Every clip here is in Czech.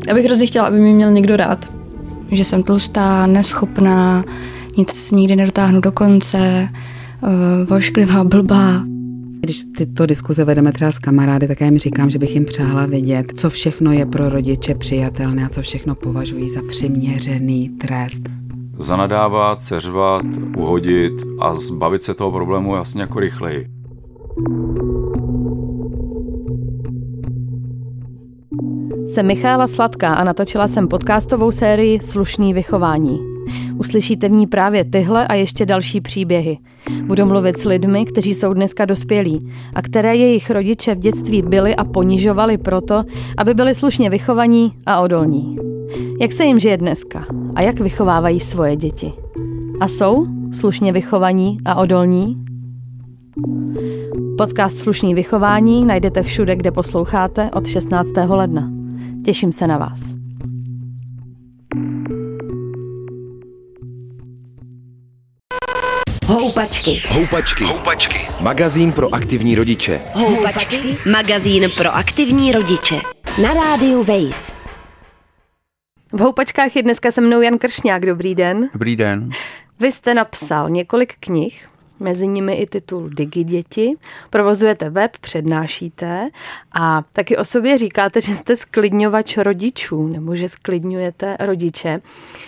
Já bych hrozně chtěla, aby mě měl někdo rád. Že jsem tlustá, neschopná, nic nikdy nedotáhnu do konce, vošklivá, blbá. Když tyto diskuze vedeme třeba s kamarády, tak já jim říkám, že bych jim přála vědět, co všechno je pro rodiče přijatelné a co všechno považují za přiměřený trest. Zanadávat, seřvat, uhodit a zbavit se toho problému jasně jako rychleji. Jsem Michaela Sladká a natočila jsem podcastovou sérii Slušný vychování. Uslyšíte v ní právě tyhle a ještě další příběhy. Budu mluvit s lidmi, kteří jsou dneska dospělí a které jejich rodiče v dětství byli a ponižovali proto, aby byli slušně vychovaní a odolní. Jak se jim žije dneska a jak vychovávají svoje děti? A jsou slušně vychovaní a odolní? Podcast Slušný vychování najdete všude, kde posloucháte od 16. ledna. Těším se na vás. Houpačky. Magazín pro aktivní rodiče. Houpačky. Magazín pro aktivní rodiče. Na rádiu Wave. V Houpačkách je dneska se mnou Jan Kršňák. Dobrý den. Dobrý den. Vy jste napsal několik knih, mezi nimi i titul Digi děti, provozujete web, přednášíte a taky o sobě říkáte, že jste sklidňovač rodičů, nebo že sklidňujete rodiče.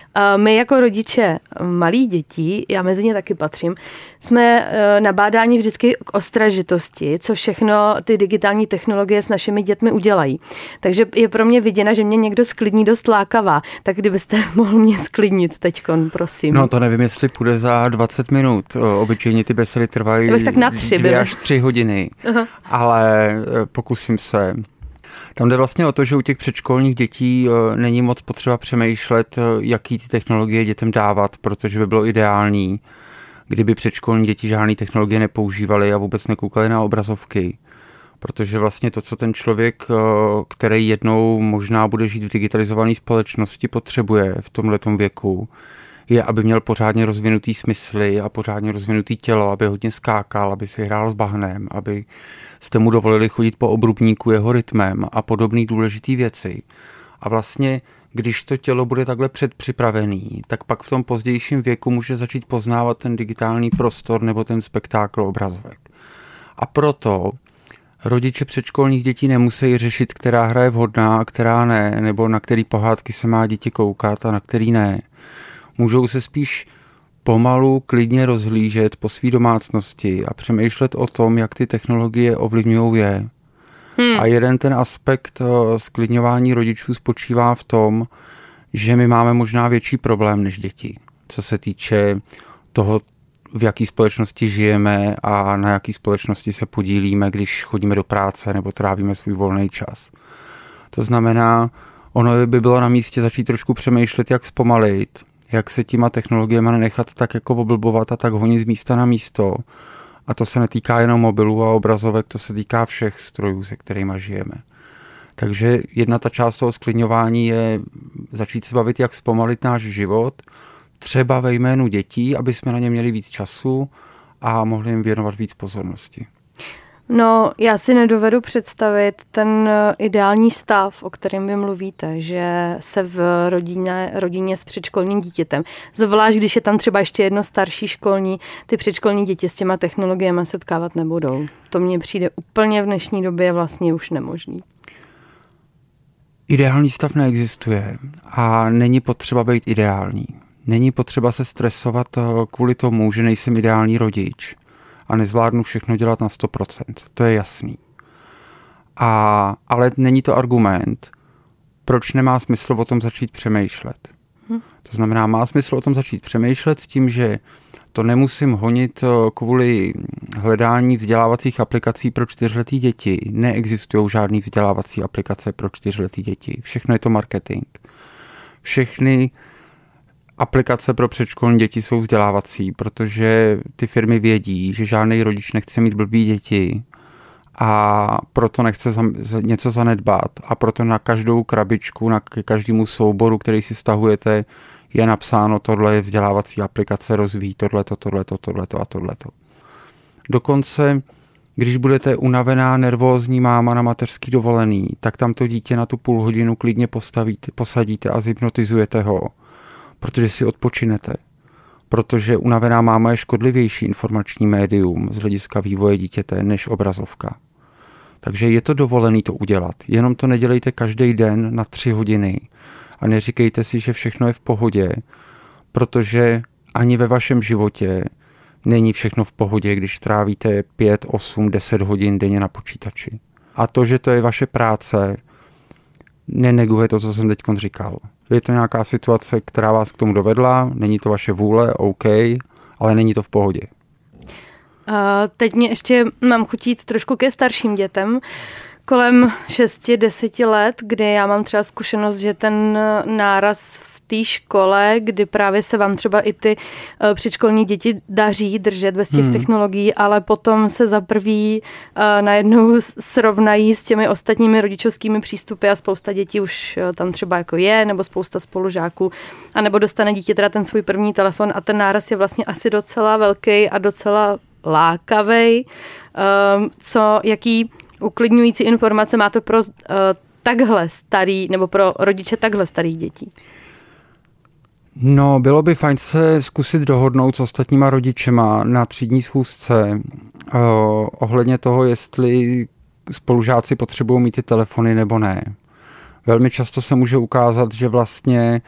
My jako rodiče malých dětí, já mezi ně taky patřím, jsme nabádáni vždycky k ostražitosti, co všechno ty digitální technologie s našimi dětmi udělají. Takže je pro mě viděna, že mě někdo sklidní dost lákavá. Tak kdybyste mohl mě sklidnit teďkon, prosím. No to nevím, jestli půjde za 20 minut. Obyčejně ty besedy trvají tak na 3 2 až 3 hodiny. Aha. Ale pokusím se. Tam jde vlastně o to, že u těch předškolních dětí není moc potřeba přemýšlet, jaký ty technologie dětem dávat, protože by bylo ideální, kdyby předškolní děti žádné technologie nepoužívaly a vůbec nekoukali na obrazovky. Protože vlastně to, co ten člověk, který jednou možná bude žít v digitalizované společnosti, potřebuje v tomhletom věku, je, aby měl pořádně rozvinutý smysly a pořádně rozvinutý tělo, aby hodně skákal, aby si hrál s bahnem, aby jste mu dovolili chodit po obrubníku jeho rytmem a podobné důležité věci. A vlastně, když to tělo bude takhle předpřipravený, tak pak v tom pozdějším věku může začít poznávat ten digitální prostor nebo ten spektákl obrazovek. A proto rodiče předškolních dětí nemusí řešit, která hra je vhodná a která ne, nebo na který pohádky se má dítě koukat a na který ne. Můžou se spíš pomalu, klidně rozhlížet po své domácnosti a přemýšlet o tom, jak ty technologie ovlivňují je. A jeden ten aspekt sklidňování rodičů spočívá v tom, že my máme možná větší problém než děti, co se týče toho, v jaké společnosti žijeme a na jaké společnosti se podílíme, když chodíme do práce nebo trávíme svůj volný čas. To znamená, ono by bylo na místě začít trošku přemýšlet, jak zpomalit, jak se těma technologiemi nenechat tak jako oblbovat a tak honit z místa na místo. A to se netýká jenom mobilů a obrazovek, to se týká všech strojů, se kterými žijeme. Takže jedna ta část toho sklidňování je začít se bavit, jak zpomalit náš život, třeba ve jménu dětí, aby jsme na ně měli víc času a mohli jim věnovat víc pozornosti. No, já si nedovedu představit ten ideální stav, o kterém vy mluvíte, že se v rodině s předškolním dítětem, zvlášť když je tam třeba ještě jedno starší školní, ty předškolní děti s těma technologiemi setkávat nebudou. To mně přijde úplně v dnešní době vlastně už nemožný. Ideální stav neexistuje a není potřeba být ideální. Není potřeba se stresovat kvůli tomu, že nejsem ideální rodič a nezvládnu všechno dělat na 100%. To je jasný. Ale není to argument, proč nemá smysl o tom začít přemýšlet. To znamená, má smysl o tom začít přemýšlet s tím, že to nemusím honit kvůli hledání vzdělávacích aplikací pro 4letý děti. Neexistují žádný vzdělávací aplikace pro 4letý děti. Všechno je to marketing. Všechny aplikace pro předškolní děti jsou vzdělávací, protože ty firmy vědí, že žádný rodič nechce mít blbý děti a proto nechce něco zanedbat a proto na každou krabičku, na každému souboru, který si stahujete, je napsáno, tohle je vzdělávací aplikace, rozvíjí tohleto a tohleto. Dokonce Když budete unavená, nervózní máma na mateřský dovolený, tak tam to dítě na tu půl hodinu klidně posadíte a zhypnotizujete ho, protože si odpočinete. Protože unavená máma je škodlivější informační médium z hlediska vývoje dítěte než obrazovka. Takže je to dovolený to udělat. Jenom to nedělejte každý den na 3 hodiny a neříkejte si, že všechno je v pohodě, protože ani ve vašem životě není všechno v pohodě, když trávíte 5, 8, 10 hodin denně na počítači. A to, že to je vaše práce, neneguje to, co jsem teď říkal. Je to nějaká situace, která vás k tomu dovedla, není to vaše vůle, OK, ale není to v pohodě. Teď mě ještě mám chutít trošku ke starším dětem, kolem 6-10 let, kdy já mám třeba zkušenost, že ten náraz v té škole, kdy právě se vám třeba i ty předškolní děti daří držet bez těch technologií, ale potom se za prvý najednou srovnají s těmi ostatními rodičovskými přístupy a spousta dětí už tam třeba jako je, nebo spousta spolužáků, anebo dostane dítě teda ten svůj první telefon a ten náraz je vlastně asi docela velký a docela lákavej. Jaký uklidňující informace máte pro takhle starý, nebo pro rodiče takhle starých dětí? No, bylo by fajn se zkusit dohodnout s ostatníma rodičema na třídní schůzce ohledně toho, jestli spolužáci potřebují mít ty telefony nebo ne. Velmi často se může ukázat, že vlastně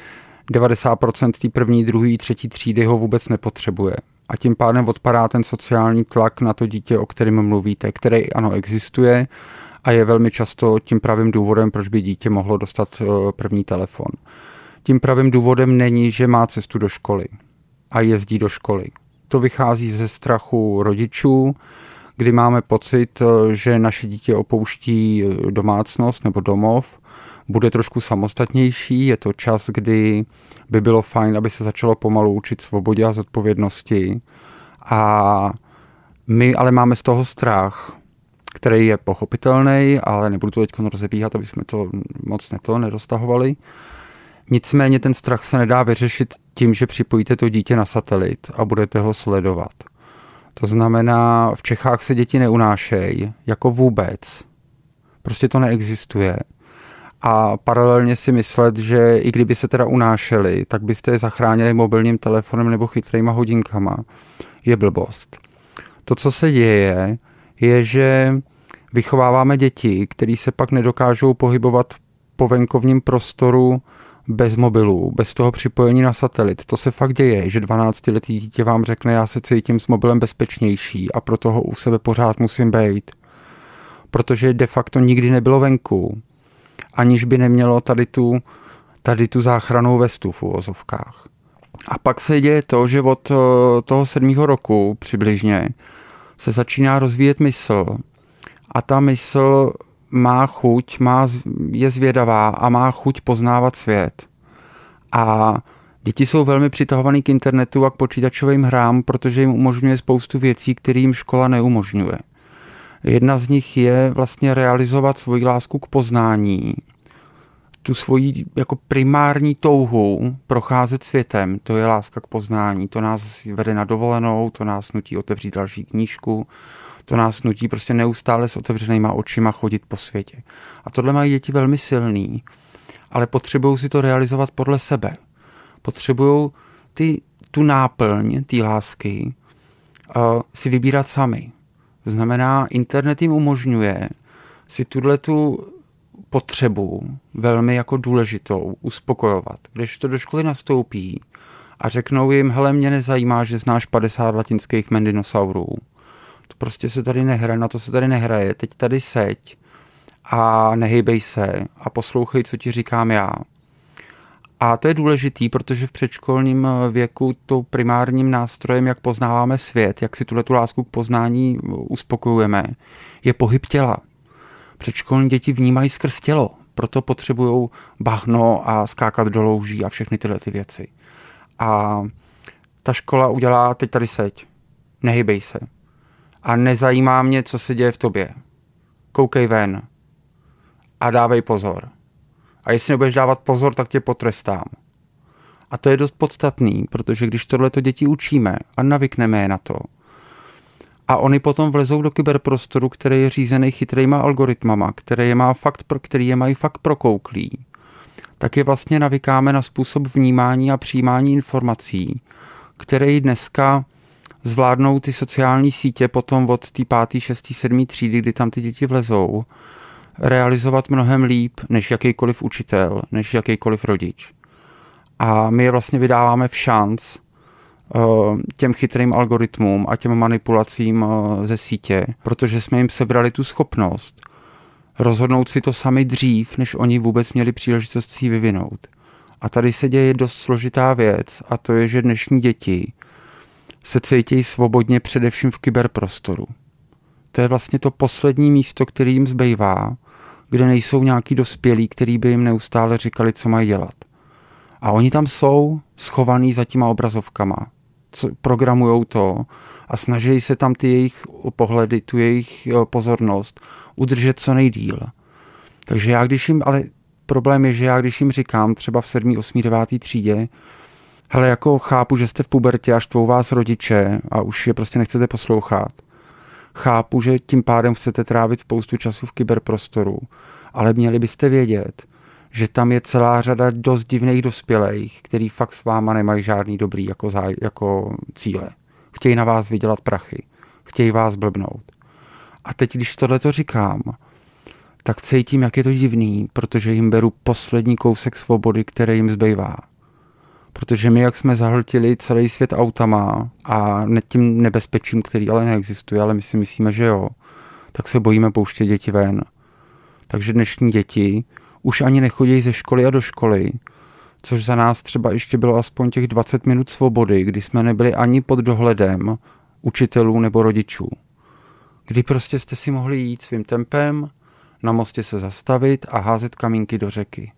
90% té první, druhé, třetí třídy ho vůbec nepotřebuje. A tím pádem odpadá ten sociální tlak na to dítě, o kterém mluvíte, který ano existuje a je velmi často tím pravým důvodem, proč by dítě mohlo dostat první telefon. Tím pravým důvodem není, že má cestu do školy a jezdí do školy. To vychází ze strachu rodičů, kdy máme pocit, že naše dítě opouští domácnost nebo domov, bude trošku samostatnější, je to čas, kdy by bylo fajn, aby se začalo pomalu učit svobodě a zodpovědnosti. A my ale máme z toho strach, který je pochopitelný, ale nebudu to teď rozebíhat, aby jsme to moc neroztahovali. Nicméně ten strach se nedá vyřešit tím, že připojíte to dítě na satelit a budete ho sledovat. To znamená, v Čechách se děti neunášejí, jako vůbec. Prostě to neexistuje. A paralelně si myslet, že i kdyby se teda unášeli, tak byste je zachránili mobilním telefonem nebo chytrýma hodinkama, je blbost. To, co se děje, je, že vychováváme děti, které se pak nedokážou pohybovat po venkovním prostoru bez mobilů, bez toho připojení na satelit. To se fakt děje, že 12letý dítě vám řekne, já se cítím s mobilem bezpečnější a proto ho u sebe pořád musím bejt. Protože de facto nikdy nebylo venku, aniž by nemělo tady tu záchrannou vestu v uvozovkách. A pak se děje to, že od toho 7. roku přibližně se začíná rozvíjet mysl a ta mysl má chuť, je zvědavá a má chuť poznávat svět. A děti jsou velmi přitahovaný k internetu a k počítačovým hrám, protože jim umožňuje spoustu věcí, které jim škola neumožňuje. Jedna z nich je vlastně realizovat svoji lásku k poznání, tu svoji jako primární touhu procházet světem, to je láska k poznání, to nás vede na dovolenou, to nás nutí otevřít další knížku, to nás nutí prostě neustále s otevřenýma očima chodit po světě. A tohle mají děti velmi silný, ale potřebují si to realizovat podle sebe. Potřebují tu náplň té lásky si vybírat sami. To znamená, internet jim umožňuje si tu potřebu velmi jako důležitou uspokojovat. Když to do školy nastoupí a řeknou jim, hele, mě nezajímá, že znáš 50 latinských jmen dinosaurů. To prostě se tady nehraje, na to se tady nehraje. Teď tady seď a nehejbej se a poslouchej, co ti říkám já. A to je důležitý, protože v předškolním věku tou primárním nástrojem, jak poznáváme svět, jak si tu lásku k poznání uspokojujeme, je pohyb těla. Předškolní děti vnímají skrz tělo, proto potřebují bahno a skákat do louží a všechny tyhle ty věci. A ta škola udělá, teď tady seď, nehybej se. A nezajímá mě, co se děje v tobě. Koukej ven a dávej pozor. A jestli nebudeš dávat pozor, tak tě potrestám. A to je dost podstatný, protože když tohleto děti učíme a navykneme je na to A oni potom vlezou do kyberprostoru, který je řízený chytrýma algoritmama, který je mají fakt prokouklí. Tak je vlastně navykáme na způsob vnímání a přijímání informací, který dneska zvládnou ty sociální sítě potom od té 5., 6., 7. třídy, kdy tam ty děti vlezou, realizovat mnohem líp než jakýkoliv učitel, než jakýkoliv rodič. A my je vlastně vydáváme v šanc těm chytrým algoritmům a těm manipulacím ze sítě, protože jsme jim sebrali tu schopnost rozhodnout si to sami dřív, než oni vůbec měli příležitost si ji vyvinout. A tady se děje dost složitá věc a to je, že dnešní děti se cítí svobodně především v kyberprostoru. To je vlastně to poslední místo, který jim zbývá, kde nejsou nějaký dospělí, který by jim neustále říkali, co mají dělat. A oni tam jsou schovaný za těma obrazovkama, programujou to a snaží se tam ty jejich pohledy, tu jejich pozornost udržet co nejdýl. Takže ale problém je, že já když jim říkám třeba v 7., 8., 9. třídě, hele, jako chápu, že jste v pubertě a štvou vás rodiče a už je prostě nechcete poslouchat. Chápu, že tím pádem chcete trávit spoustu času v kyberprostoru, ale měli byste vědět, že tam je celá řada dost divných dospělých, který fakt s váma nemají žádný dobrý jako cíle. Chtějí na vás vydělat prachy, chtějí vás blbnout. A teď, když tohleto říkám, tak cítím, jak je to divný, protože jim beru poslední kousek svobody, který jim zbývá. Protože my, jak jsme zahltili celý svět autama a tím nebezpečím, který ale neexistuje, ale my si myslíme, že jo, tak se bojíme pouštět děti ven. Takže dnešní děti už ani nechodí ze školy a do školy, což za nás třeba ještě bylo aspoň těch 20 minut svobody, kdy jsme nebyli ani pod dohledem učitelů nebo rodičů. Kdy prostě jste si mohli jít svým tempem, na mostě se zastavit a házet kamínky do řeky.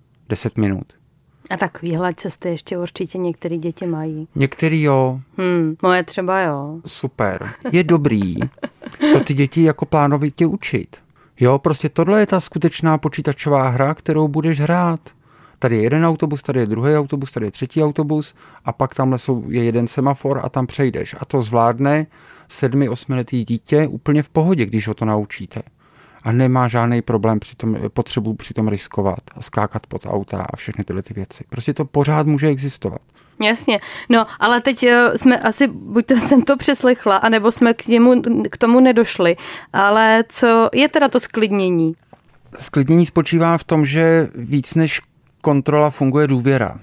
10 minut. A takovýhle cesty ještě určitě některé děti mají. Některý jo. Moje třeba jo. Super. Je dobrý to ty děti jako plánovitě učit. Jo, prostě tohle je ta skutečná počítačová hra, kterou budeš hrát. Tady je jeden autobus, tady je druhý autobus, tady je třetí autobus a pak tamhle je jeden semafor a tam přejdeš. A to zvládne 7, 8letý dítě úplně v pohodě, když ho to naučíte. A nemá žádný problém potřebu přitom riskovat a skákat pod auta a všechny tyhle ty věci. Prostě to pořád může existovat. Jasně, no ale teď jsme asi, buď to jsem to přeslechla, anebo jsme k tomu nedošli, ale co je teda to sklidnění? Sklidnění spočívá v tom, že víc než kontrola funguje důvěra.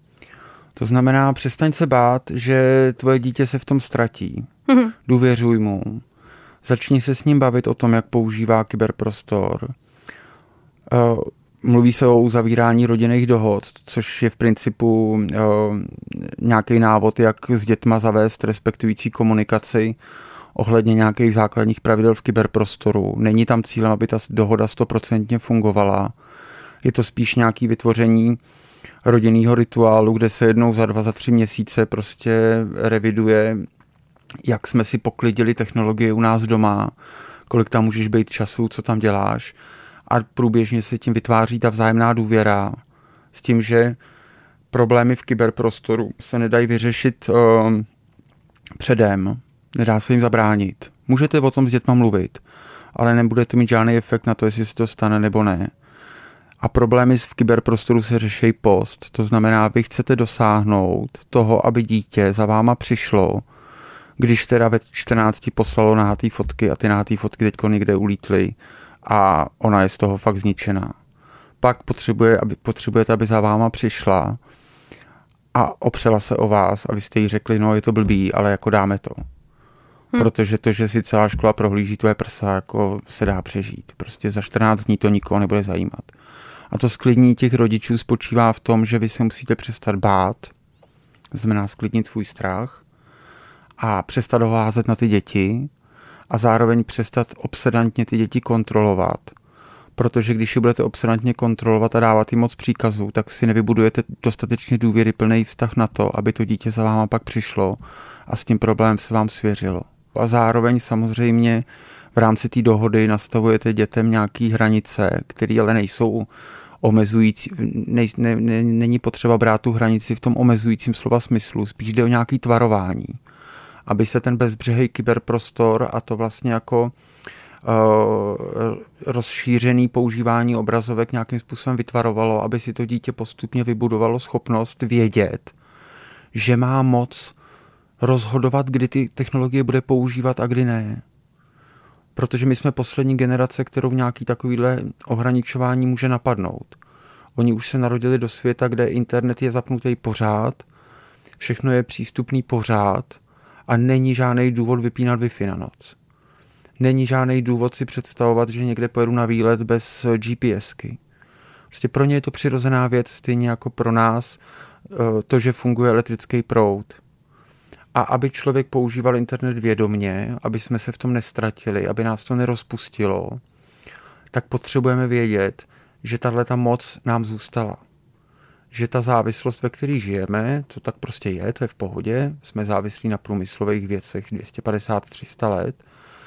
To znamená, přestaň se bát, že tvoje dítě se v tom ztratí. Důvěřuj mu. Začni se s ním bavit o tom, jak používá kyberprostor. Mluví se o uzavírání rodinných dohod, což je v principu nějaký návod, jak s dětma zavést respektující komunikaci ohledně nějakých základních pravidel v kyberprostoru. Není tam cílem, aby ta dohoda 100% fungovala. Je to spíš nějaké vytvoření rodinného rituálu, kde se jednou za 2, za 3 měsíce prostě reviduje, jak jsme si poklidili technologie u nás doma, kolik tam můžeš být času, co tam děláš. A průběžně se tím vytváří ta vzájemná důvěra s tím, že problémy v kyberprostoru se nedají vyřešit předem, nedá se jim zabránit. Můžete o tom s dětma mluvit, ale nebude to mít žádný efekt na to, jestli se to stane nebo ne. A problémy v kyberprostoru se řeší post. To znamená, vy chcete dosáhnout toho, aby dítě za váma přišlo, když teda ve 14 poslalo nahatý fotky a ty nahatý fotky teďko někde ulítly a ona je z toho fakt zničená. Pak potřebujete, aby za váma přišla a opřela se o vás a vy jste jí řekli, no je to blbý, ale jako dáme to. Protože to, že si celá škola prohlíží tvoje prsa, jako se dá přežít. Prostě za 14 dní to nikoho nebude zajímat. A to sklidnění těch rodičů spočívá v tom, že vy se musíte přestat bát, znamená sklidnit svůj strach a přestat ho házet na ty děti a zároveň přestat obsedantně ty děti kontrolovat. Protože když je budete obsedantně kontrolovat a dávat jim moc příkazů, tak si nevybudujete dostatečně důvěryplný vztah na to, aby to dítě za váma pak přišlo a s tím problémem se vám svěřilo. A zároveň samozřejmě v rámci té dohody nastavujete dětem nějaké hranice, které ale nejsou omezující. Není potřeba brát tu hranici v tom omezujícím slova smyslu, spíš jde o nějaké tvarování. aby se ten bezbřehý kyberprostor a to vlastně jako rozšířený používání obrazovek nějakým způsobem vytvarovalo, aby si to dítě postupně vybudovalo schopnost vědět, že má moc rozhodovat, kdy ty technologie bude používat a kdy ne. Protože my jsme poslední generace, kterou nějaký takovýhle ohraničování může napadnout. Oni už se narodili do světa, kde internet je zapnutý pořád, všechno je přístupný pořád a není žádný důvod vypínat Wi-Fi na noc. Není žádný důvod si představovat, že někde pojedu na výlet bez GPSky. Prostě pro ně je to přirozená věc, stejně jako pro nás to, že funguje elektrický proud. A aby člověk používal internet vědomně, aby jsme se v tom nestratili, aby nás to nerozpustilo, tak potřebujeme vědět, že tahleta moc nám zůstala. Že ta závislost, ve které žijeme, to tak prostě je, to je v pohodě, jsme závislí na průmyslových věcech 250-300 let,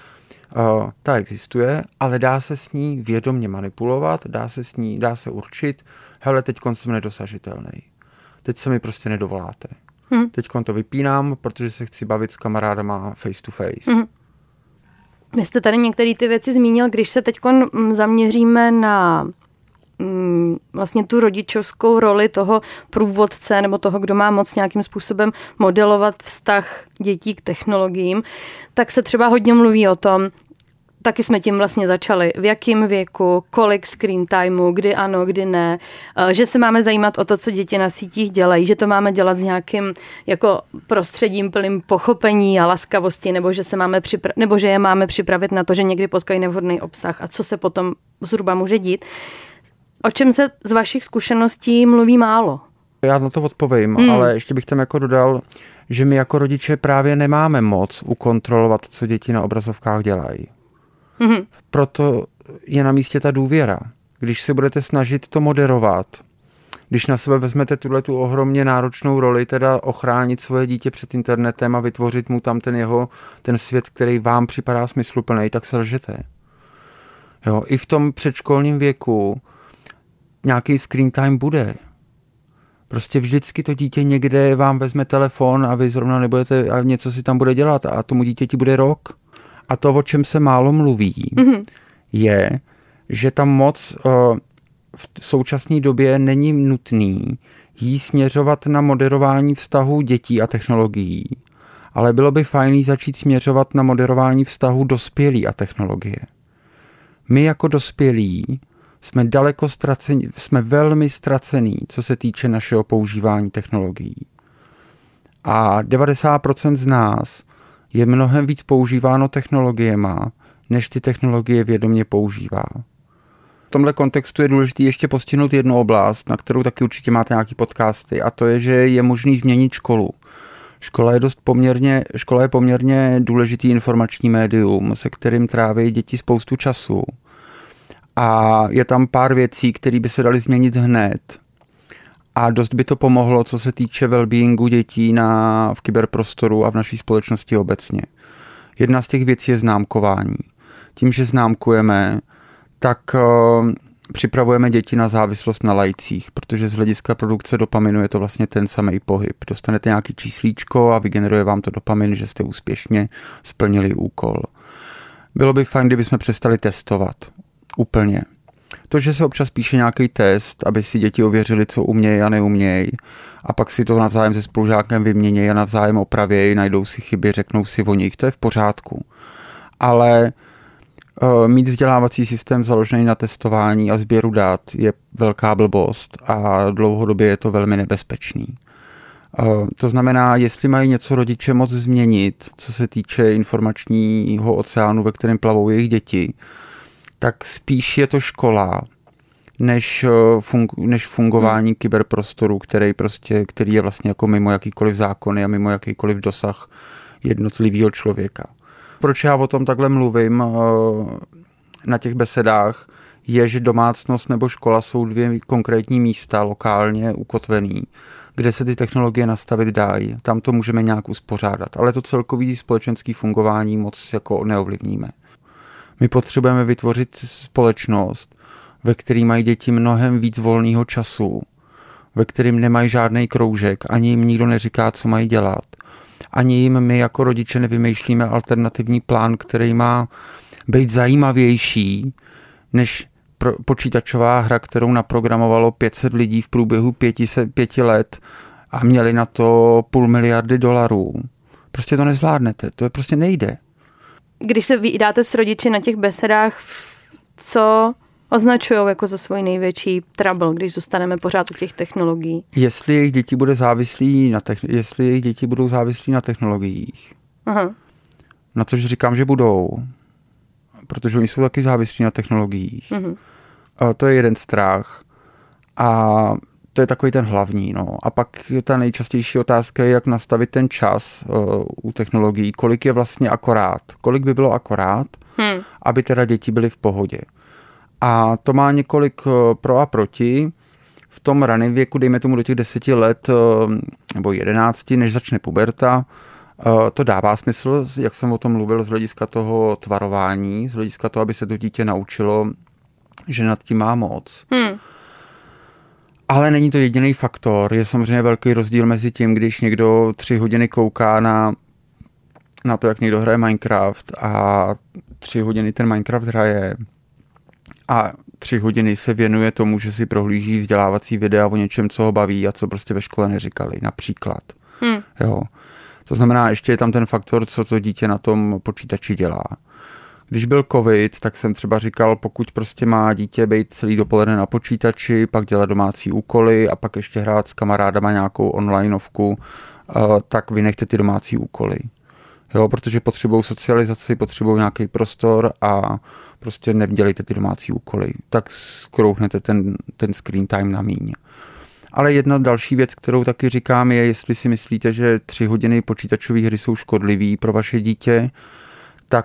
ta existuje, ale dá se s ní vědomně manipulovat, dá se určit, hele, teďkon jsem nedosažitelný. Teď se mi prostě nedovoláte. Teďkon to vypínám, protože se chci bavit s kamarádama face to face. Vy jste tady některé ty věci zmínil, když se teďkon zaměříme na vlastně tu rodičovskou roli toho průvodce nebo toho, kdo má moc nějakým způsobem modelovat vztah dětí k technologiím, tak se třeba hodně mluví o tom, taky jsme tím vlastně začali, v jakém věku, kolik screen timeu, kdy ano, kdy ne, že se máme zajímat o to, co děti na sítích dělají, že to máme dělat s nějakým jako prostředím plným pochopení a laskavosti, nebo že je máme připravit na to, že někdy potkají nevhodný obsah a co se potom zhruba může dít. O čem se z vašich zkušeností mluví málo? Já na to odpovím, ale ještě bych tam jako dodal, že my jako rodiče právě nemáme moc ukontrolovat, co děti na obrazovkách dělají. Proto je na místě ta důvěra. Když se budete snažit to moderovat, když na sebe vezmete tu ohromně náročnou roli, teda ochránit svoje dítě před internetem a vytvořit mu tam ten svět, který vám připadá smysluplný, tak se lžete. Jo, i v tom předškolním věku nějaký screen time bude. Prostě vždycky to dítě někde vám vezme telefon a vy zrovna nebudete a něco si tam bude dělat a tomu dítěti bude rok. A to, o čem se málo mluví, je, že tam moc v současné době není nutný jí směřovat na moderování vztahu dětí a technologií, ale bylo by fajn začít směřovat na moderování vztahu dospělí a technologie. My jako dospělí jsme velmi ztracení, co se týče našeho používání technologií. A 90% z nás je mnohem víc používáno technologiema, než ty technologie vědomě používá. V tomhle kontextu je důležité ještě postihnout jednu oblast, na kterou taky určitě máte nějaký podcasty, a to je, že je možný změnit školu. Škola je poměrně důležitý informační médium, se kterým tráví děti spoustu času. A je tam pár věcí, které by se daly změnit hned. A dost by to pomohlo, co se týče wellbeingu dětí v kyberprostoru a v naší společnosti obecně. Jedna z těch věcí je známkování. Tím, že známkujeme, tak připravujeme děti na závislost na lajcích, protože z hlediska produkce dopaminu je to vlastně ten samý pohyb. Dostanete nějaký číslíčko a vygeneruje vám to dopamin, že jste úspěšně splnili úkol. Bylo by fajn, kdybychom přestali testovat. Úplně. To, že se občas píše nějaký test, aby si děti ověřili, co umějí a neumějí, a pak si to navzájem se spolužákem vyměnějí a navzájem opravějí, najdou si chyby, řeknou si o nich, to je v pořádku. Ale mít vzdělávací systém založený na testování a sběru dat je velká blbost a dlouhodobě je to velmi nebezpečný. To znamená, jestli mají něco rodiče moc změnit, co se týče informačního oceánu, ve kterém plavou jejich děti, tak spíš je to škola, než fungování kyberprostoru, který je vlastně jako mimo jakýkoliv zákony a mimo jakýkoliv dosah jednotlivého člověka. Proč já o tom takhle mluvím na těch besedách, je, že domácnost nebo škola jsou dvě konkrétní místa lokálně ukotvený, kde se ty technologie nastavit dají. Tam to můžeme nějak uspořádat, ale to celkový společenský fungování moc jako neovlivníme. My potřebujeme vytvořit společnost, ve které mají děti mnohem víc volného času, ve kterém nemají žádný kroužek, ani jim nikdo neříká, co mají dělat. ani jim my jako rodiče nevymýšlíme alternativní plán, který má být zajímavější než počítačová hra, kterou naprogramovalo 500 lidí v průběhu 5 let a měli na to $500 miliardy. Prostě to nezvládnete, to prostě nejde. Když se vydáte s rodiči na těch besedách, co označujou jako za svůj největší trouble, když zůstaneme pořád u těch technologií? Jestli jejich děti budou závislí na technologiích. Aha. Na což říkám, že budou. Protože oni jsou taky závislí na technologiích. Mm-hmm. To je jeden strach. A to je takový ten hlavní. No. A pak ta nejčastější otázka je, jak nastavit ten čas u technologií. Kolik je vlastně akorát. Kolik by bylo akorát, aby teda děti byly v pohodě. A to má několik pro a proti. V tom raném věku, dejme tomu do těch 10 let nebo 11, než začne puberta, to dává smysl, jak jsem o tom mluvil, z hlediska toho tvarování, z hlediska toho, aby se to dítě naučilo, že nad tím má moc. Ale není to jediný faktor. Je samozřejmě velký rozdíl mezi tím, když někdo 3 hodiny kouká na to, jak někdo hraje Minecraft a 3 hodiny ten Minecraft hraje a 3 hodiny se věnuje tomu, že si prohlíží vzdělávací videa o něčem, co ho baví a co prostě ve škole neříkali, například. Jo. To znamená, ještě je tam ten faktor, co to dítě na tom počítači dělá. Když byl covid, tak jsem třeba říkal, pokud prostě má dítě být celý dopoledne na počítači, pak dělat domácí úkoly a pak ještě hrát s kamarádama nějakou onlineovku, tak vynechte ty domácí úkoly. Jo, protože potřebují socializaci, potřebují nějaký prostor a prostě nedělejte ty domácí úkoly. Tak skrouhnete ten screen time na míň. Ale jedna další věc, kterou taky říkám, je, jestli si myslíte, že 3 hodiny počítačové hry jsou škodlivý pro vaše dítě, tak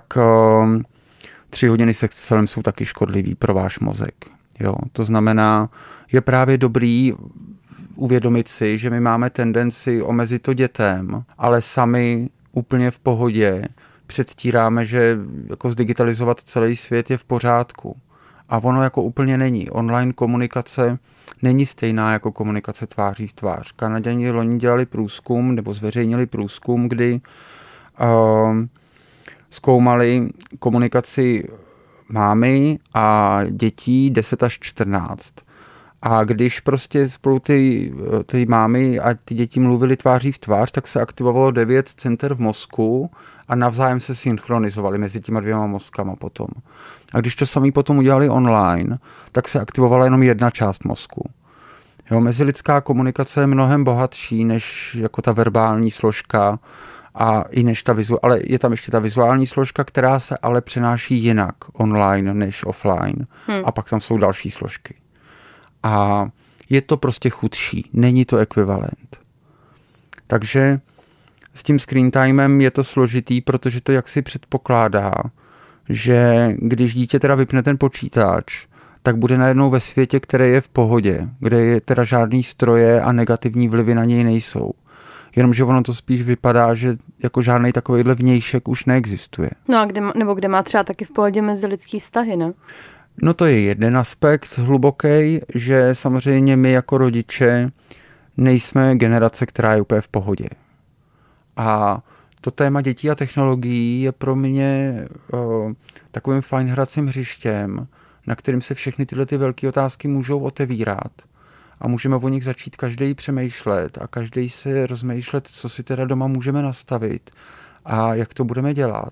3 hodiny s Excelem jsou taky škodlivý pro váš mozek. Jo, to znamená, je právě dobrý uvědomit si, že my máme tendenci omezit to dětem, ale sami úplně v pohodě předstíráme, že jako zdigitalizovat celý svět je v pořádku. A ono jako úplně není. Online komunikace není stejná jako komunikace tváří v tvář. Kanaďani loni dělali průzkum, nebo zveřejnili průzkum, kdy zkoumali komunikaci mámy a dětí 10 až 14. A když prostě spolu ty mámy a ty děti mluvili tváří v tvář, tak se aktivovalo 9 center v mozku a navzájem se synchronizovali mezi těma 2 mozkama potom. A když to samý potom udělali online, tak se aktivovala jenom jedna část mozku. Jo, mezilidská komunikace je mnohem bohatší než jako ta verbální složka a i než ta ale je tam ještě ta vizuální složka, která se ale přenáší jinak online než offline. A pak tam jsou další složky. A je to prostě chudší, není to ekvivalent. Takže s tím screen timem je to složitý, protože to jaksi předpokládá, že když dítě teda vypne ten počítač, tak bude najednou ve světě, který je v pohodě, kde je teda žádný stroje a negativní vlivy na něj nejsou. Jenomže ono to spíš vypadá, že jako žádný takovýhle vnějšek už neexistuje. No a kde má třeba taky v pohodě mezilidský vztahy, ne? No to je jeden aspekt hluboký, že samozřejmě my jako rodiče nejsme generace, která je úplně v pohodě. A to téma dětí a technologií je pro mě takovým fajn hracím hřištěm, na kterým se všechny tyhle ty velké otázky můžou otevírat. A můžeme o nich začít každý přemýšlet a každý se rozmýšlet, co si teda doma můžeme nastavit a jak to budeme dělat.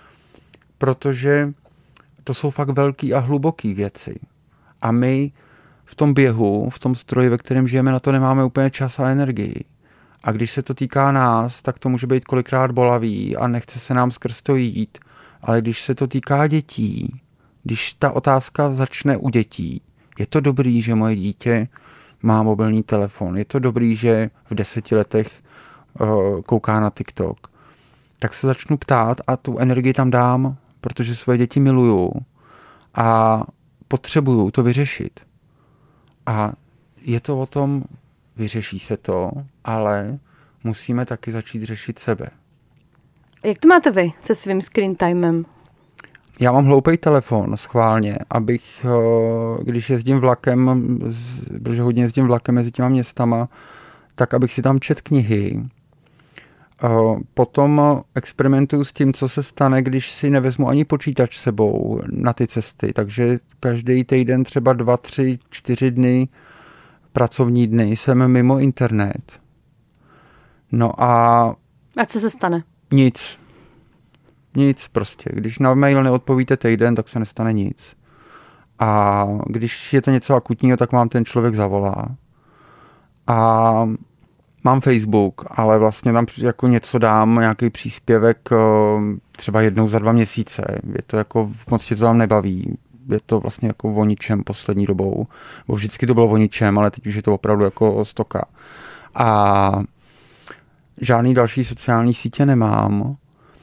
Protože to jsou fakt velký a hluboký věci. A my v tom běhu, v tom stroji, ve kterém žijeme, na to nemáme úplně čas a energii. A když se to týká nás, tak to může být kolikrát bolavý a nechce se nám skrz to jít. Ale když se to týká dětí, když ta otázka začne u dětí, je to dobrý, že moje dítě má mobilní telefon, je to dobrý, že v 10 letech kouká na TikTok, tak se začnu ptát a tu energii tam dám, protože svoje děti miluju a potřebuju to vyřešit. A je to o tom, vyřeší se to, ale musíme taky začít řešit sebe. Jak to máte vy se svým screen timem? Já mám hloupej telefon schválně, abych, když jezdím vlakem, protože hodně jezdím vlakem mezi těma městama, tak abych si tam čet knihy. Potom experimentuju s tím, co se stane, když si nevezmu ani počítač sebou na ty cesty. Takže každý týden třeba 2, 3, 4 dny, pracovní dny jsem mimo internet. No a... A co se stane? Nic. Nic prostě. Když na mail neodpovíte týden, tak se nestane nic. A když je to něco akutního, tak vám ten člověk zavolá. A mám Facebook, ale vlastně tam jako něco dám, nějaký příspěvek třeba jednou za 2 měsíce. Je to jako, moc tě to tam nebaví. Je to vlastně jako o ničem poslední dobou. Bo vždycky to bylo o ničem, ale teď už je to opravdu jako stoka. A žádný další sociální sítě nemám.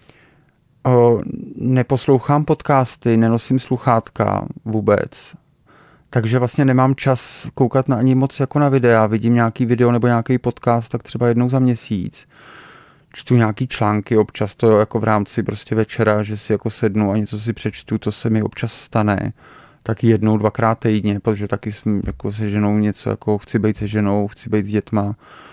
Neposlouchám podcasty, nenosím sluchátka vůbec. Takže vlastně nemám čas koukat na ani moc jako na videa. Vidím nějaký video nebo nějaký podcast, tak třeba jednou za měsíc. Čtu nějaký články, občas to jako v rámci prostě večera, že si jako sednu a něco si přečtu, to se mi občas stane. Tak 1, 2krát týdně, protože taky jsem jako se ženou něco, jako chci být se ženou, chci být s dětma.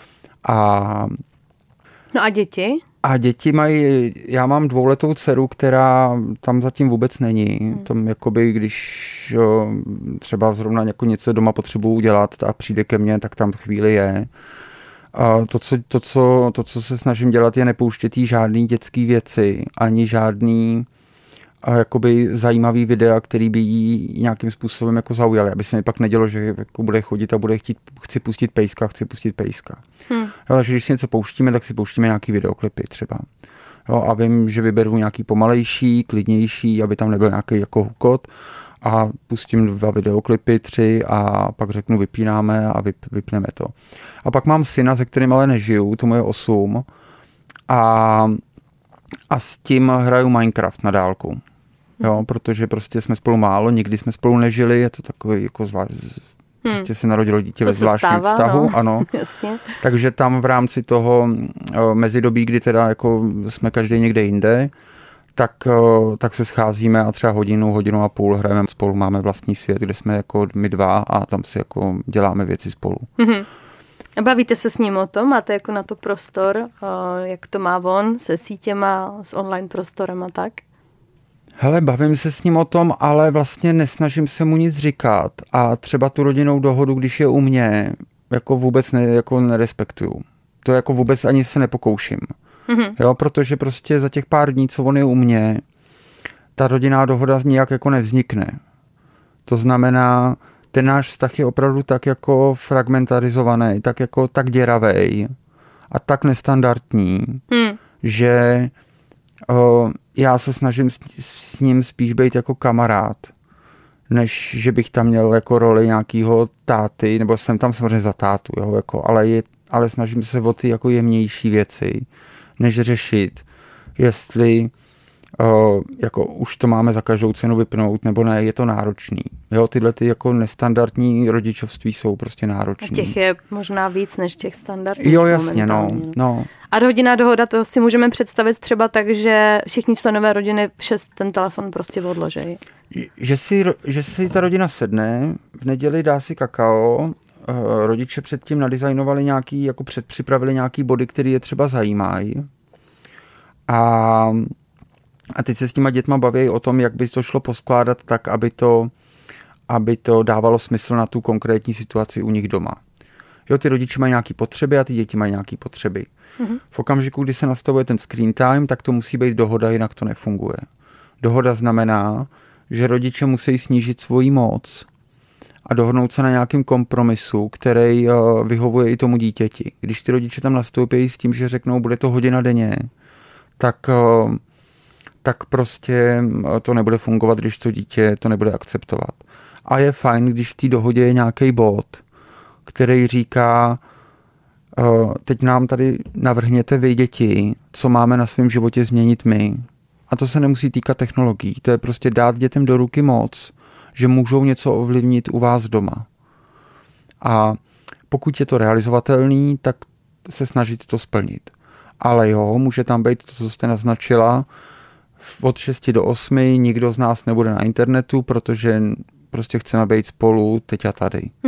No a děti? A děti mají, já mám 2letou dceru, která tam zatím vůbec není. Tam jakoby, když třeba zrovna jako něco doma potřebuji udělat a přijde ke mně, tak tam chvíli je. A to, co se snažím dělat, je nepouštět jí žádný dětský věci, ani žádný jakoby zajímavý videa, který by jí nějakým způsobem jako zaujaly, aby se mi pak nedělo, že jako bude chodit a bude chtít, chci pustit pejska. Ale že když si něco pouštíme, tak si pouštíme nějaký videoklipy třeba. Jo, a vím, že vyberu nějaký pomalejší, klidnější, aby tam nebyl nějaký jako hukot a pustím 2 videoklipy, 3 a pak řeknu vypínáme a vypneme to. A pak mám syna, se kterým ale nežiju, tomu je 8 a s tím hraju Minecraft na dálku. Jo, protože prostě jsme spolu málo, nikdy jsme spolu nežili, je to takový jako prostě se narodilo dítě ve zvláštním vztahu, no. Ano. Jasně. Takže tam v rámci toho mezidobí, kdy teda jako jsme každý někde jinde, tak se scházíme a třeba hodinu a půl hrajeme spolu, máme vlastní svět, kde jsme jako my 2 a tam si jako děláme věci spolu. Mm-hmm. A bavíte se s ním o tom? Máte jako na to prostor, jak to má on se sítěma, s online prostorem a tak? Hele, bavím se s ním o tom, ale vlastně nesnažím se mu nic říkat a třeba tu rodinnou dohodu, když je u mě, jako vůbec jako nerespektuju. To jako vůbec ani se nepokouším. Mm-hmm. Jo, protože prostě za těch pár dní, co on je u mě, ta rodinná dohoda nijak jako nevznikne. To znamená, ten náš vztah je opravdu tak jako fragmentarizovaný, tak děravej a tak nestandardní, že já se snažím s ním spíš být jako kamarád, než že bych tam měl jako roli nějakého táty, nebo jsem tam samozřejmě za tátu, jo, jako, ale snažím se o ty jako jemnější věci, než řešit, jestli jako už to máme za každou cenu vypnout, nebo ne, je to náročný. Jo, tyhle ty jako nestandardní rodičovství jsou prostě náročný. A těch je možná víc než těch standardních. Jo, jasně, no. A rodinná dohoda, to si můžeme představit třeba tak, že všichni členové rodiny v 6 ten telefon prostě odložejí. Že si ta rodina sedne, v neděli dá si kakao, rodiče předtím nadizajnovali nějaký, jako předpřipravili nějaký body, které je třeba zajímají. A teď se s těma dětma baví o tom, jak by to šlo poskládat tak, aby to dávalo smysl na tu konkrétní situaci u nich doma. Jo, ty rodiče mají nějaké potřeby a ty děti mají nějaké potřeby. Mm-hmm. V okamžiku, kdy se nastavuje ten screen time, tak to musí být dohoda, jinak to nefunguje. Dohoda znamená, že rodiče musí snížit svoji moc a dohodnout se na nějakém kompromisu, který vyhovuje i tomu dítěti. Když ty rodiče tam nastoupí s tím, že řeknou, bude to hodina denně, tak prostě to nebude fungovat, když to dítě to nebude akceptovat. A je fajn, když v té dohodě je nějaký bod, který říká, teď nám tady navrhněte vy děti, co máme na svém životě změnit my. A to se nemusí týkat technologií. To je prostě dát dětem do ruky moc, že můžou něco ovlivnit u vás doma. A pokud je to realizovatelný, tak se snažit to splnit. Ale jo, může tam být to, co jste naznačila, od 6 do 8 nikdo z nás nebude na internetu, protože prostě chceme být spolu teď a tady. Mm-hmm.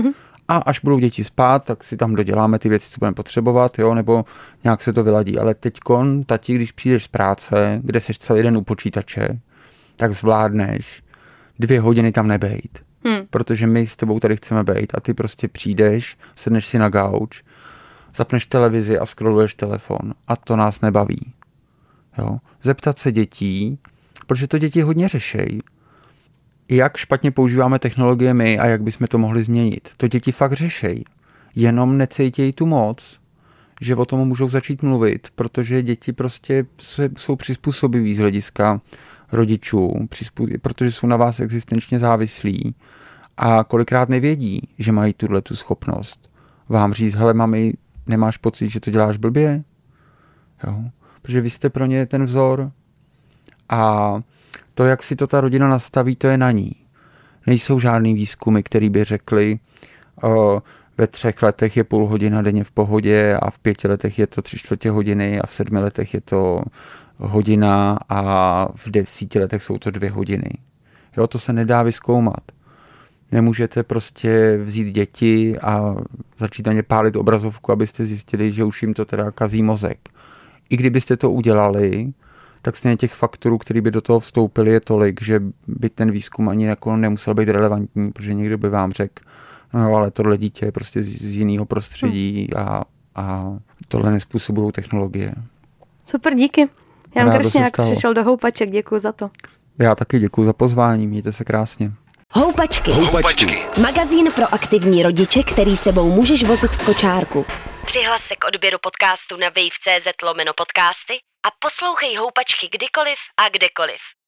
A až budou děti spát, tak si tam doděláme ty věci, co budeme potřebovat, jo, nebo nějak se to vyladí. Ale teďkon, tati, když přijdeš z práce, kde seš celý den u počítače, tak zvládneš 2 hodiny tam nebejt. Protože my s tebou tady chceme bejt a ty prostě přijdeš, sedneš si na gauč, zapneš televizi a scrolluješ telefon a to nás nebaví. Jo? Zeptat se dětí, protože to děti hodně řešejí, jak špatně používáme technologie my a jak bychom to mohli změnit. To děti fakt řešejí. Jenom necítějí tu moc, že o tom můžou začít mluvit, protože děti prostě jsou přizpůsobiví z hlediska rodičů, protože jsou na vás existenčně závislí a kolikrát nevědí, že mají tu schopnost vám říct, hele mami, nemáš pocit, že to děláš blbě? Jo? Protože vy jste pro ně ten vzor a to, jak si to ta rodina nastaví, to je na ní. Nejsou žádný výzkumy, který by řekli, ve 3 letech je půl hodina denně v pohodě a v 5 letech je to 3/4 hodiny a v 7 letech je to hodina a v 10 letech jsou to 2 hodiny. Jo, to se nedá vyzkoumat. Nemůžete prostě vzít děti a začít na ně pálit obrazovku, abyste zjistili, že už jim to teda kazí mozek. I kdybyste to udělali, tak stejně těch faktorů, který by do toho vstoupili, je tolik, že by ten výzkum ani jako nemusel být relevantní, protože někdo by vám řekl, no ale tohle dítě je prostě z jiného prostředí a tohle nezpůsobují technologie. Super, díky. Jan Kršňák přišel do Houpaček, děkuji za to. Já taky děkuji za pozvání, mějte se krásně. Houpačky. Magazín pro aktivní rodiče, který sebou můžeš vozit v kočárku. Přihlas se k odběru podcastu na wave.cz/podcasty a poslouchej Houpačky kdykoliv a kdekoliv.